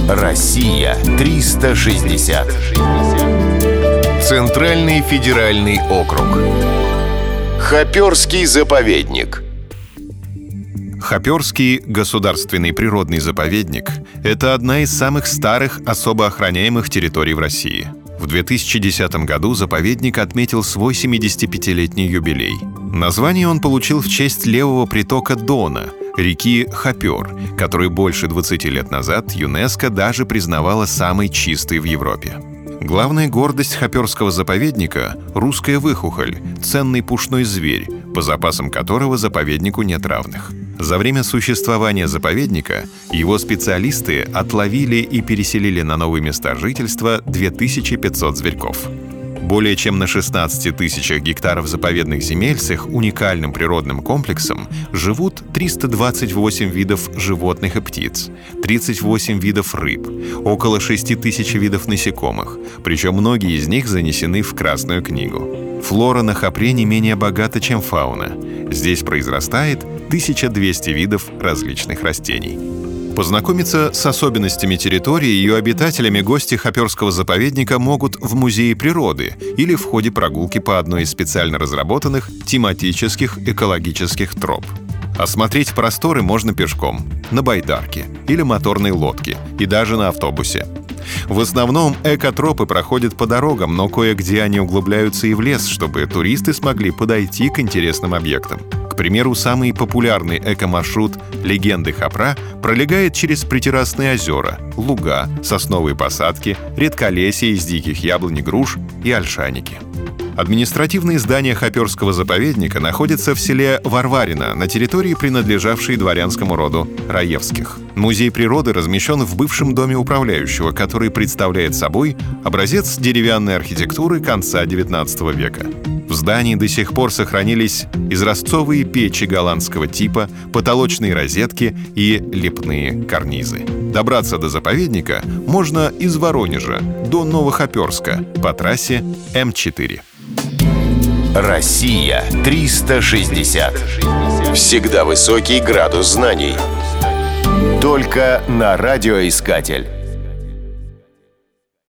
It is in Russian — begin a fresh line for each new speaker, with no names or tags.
Россия 360. Центральный федеральный округ. Хоперский заповедник.
Хоперский государственный природный заповедник – это одна из самых старых особо охраняемых территорий в России. В 2010 году заповедник отметил свой 75-летний юбилей. Название он получил в честь левого притока Дона, реки Хопер, которую больше 20 лет назад ЮНЕСКО даже признавала самой чистой в Европе. Главная гордость Хоперского заповедника – русская выхухоль, ценный пушной зверь, по запасам которого заповеднику нет равных. За время существования заповедника его специалисты отловили и переселили на новые места жительства 2500 зверьков. Более чем на 16 тысячах гектаров заповедных земель с их уникальным природным комплексом живут 328 видов животных и птиц, 38 видов рыб, около 6 тысяч видов насекомых, причем многие из них занесены в Красную книгу. Флора на Хопре не менее богата, чем фауна. Здесь произрастает 1200 видов различных растений. Познакомиться с особенностями территории и ее обитателями гости Хоперского заповедника могут в Музее природы или в ходе прогулки по одной из специально разработанных тематических экологических троп. Осмотреть просторы можно пешком, на байдарке или моторной лодке, и даже на автобусе. В основном экотропы проходят по дорогам, но кое-где они углубляются и в лес, чтобы туристы смогли подойти к интересным объектам. К примеру, самый популярный экомаршрут «Легенды Хопра» пролегает через притеррасные озера, луга, сосновые посадки, редколесье из диких яблонь и груш и ольшаники. Административное здание Хоперского заповедника находится в селе Варварино, на территории, принадлежавшей дворянскому роду Раевских. Музей природы размещен в бывшем доме управляющего, который представляет собой образец деревянной архитектуры конца XIX века. В здании до сих пор сохранились изразцовые печи голландского типа, потолочные розетки и лепные карнизы. Добраться до заповедника можно из Воронежа до Новохоперска по трассе М4.
Россия 360. Всегда высокий градус знаний. Только на радиоискатель.